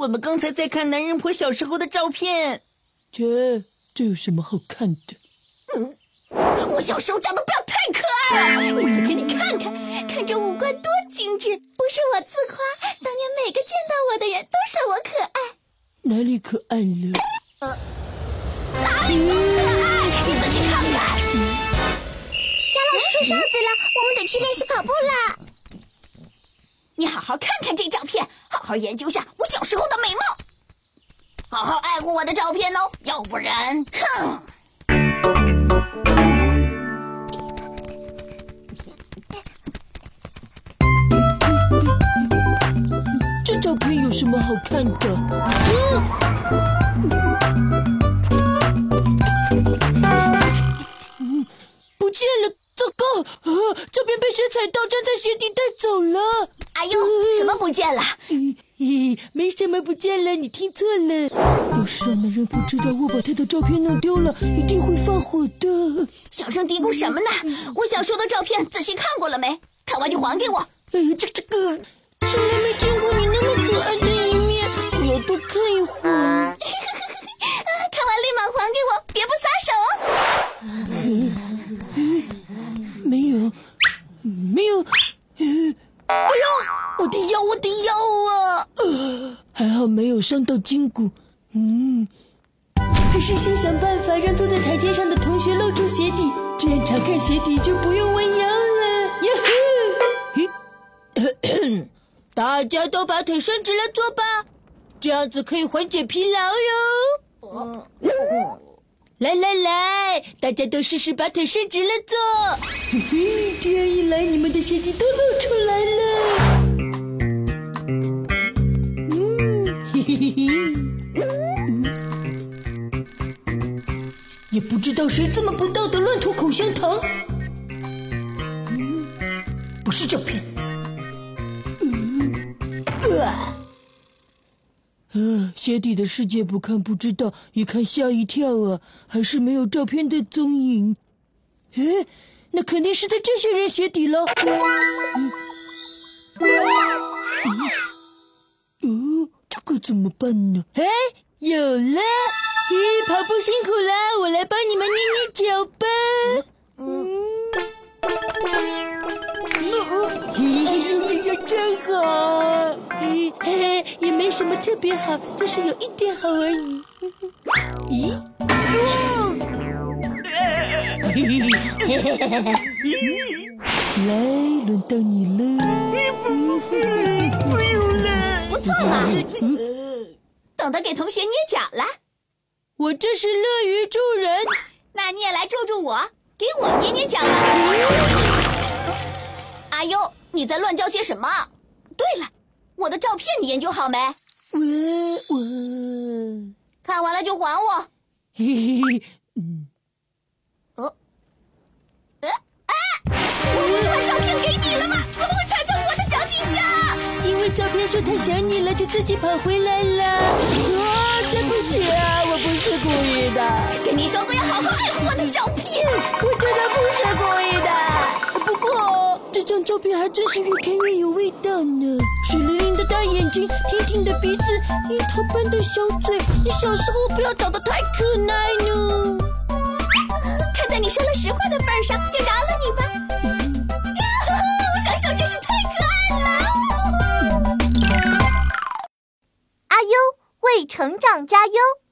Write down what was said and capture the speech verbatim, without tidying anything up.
我们刚才在看男人婆小时候的照片。 这这有什么好看的？ 嗯，我小时候长得不要太可爱了，我要给你看看，看这五官多精致。不是我自夸，当年每个见到我的人都说我可爱。 哪里可爱了？ 呃，哪里不可爱？你仔细看看。 贾老师吹哨子了，我们得去练习跑步了。 你好好看看这照片，好好研究下我小时候的美貌，好好爱护我的照片哦，要不然，哼！ 这照片有什么好看的？嗯，不见了！糟糕！啊，照片被谁踩到，站在鞋底带走了。 哎呦，什么不见了？ 嗯嗯，没什么不见了，你听错了。要是让男人婆知道我把他的照片弄丢了，一定会发火的。 小声嘀咕什么呢？我小时候的照片仔细看过了没？看完就还给我。 哎呀，这这个，从来没见过你那么可爱的一面，我要多看一会儿。 看完立马还给我，别不撒手哦。 嗯嗯、没有，没有。嗯哎呦，我的腰，我的腰啊！呃，还好没有伤到筋骨。嗯，还是先想办法让坐在台阶上的同学露出鞋底，这样常看鞋底就不用弯腰了。哟呵！大家都把腿伸直了坐吧，这样子可以缓解疲劳哟。哦哦来来来，大家都试试把腿伸直了做，嘿嘿，这样一来，你们的鞋底都露出来了。嗯，嘿嘿嘿嘿，嗯，也不知道谁这么不道德，乱吐口香糖。嗯，不是照片。嗯，呃。啊，鞋底的世界不看不知道，一看吓一跳啊！还是没有照片的踪影。诶，那肯定是在这些人鞋底了。嗯嗯、哦，这可怎么办呢？哎，有了！咦，跑步辛苦了，我来帮你们捏捏脚吧。嗯。真好，嘿嘿，也没什么特别好，就是有一点好而已。咦？来，轮到你了。 不用了，不错嘛。懂得给同学捏脚了。 我这是乐于助人， 那你也来助助我，给我捏捏脚吧。阿优。你在乱叫些什么？对了，我的照片你研究好没？ 我我看完了就还我。 嘿嘿嘿，嗯， 哦，呃啊！我不是把照片给你了吗？怎么会踩在我的脚底下？ 因为照片说太想你了，就自己跑回来了。啊，对不起啊，我不是故意的。 跟你说过要好好爱护我的照片， 我真的不是故意的。不过。这张照片还真是越看越有味道呢，水灵灵的大眼睛，挺挺的鼻子，樱桃般的小嘴，你小时候不要长得太可爱呢。 看在你说了实话的份上，就饶了你吧。嗯、我小时候真是太可爱了。 阿优为成长加油。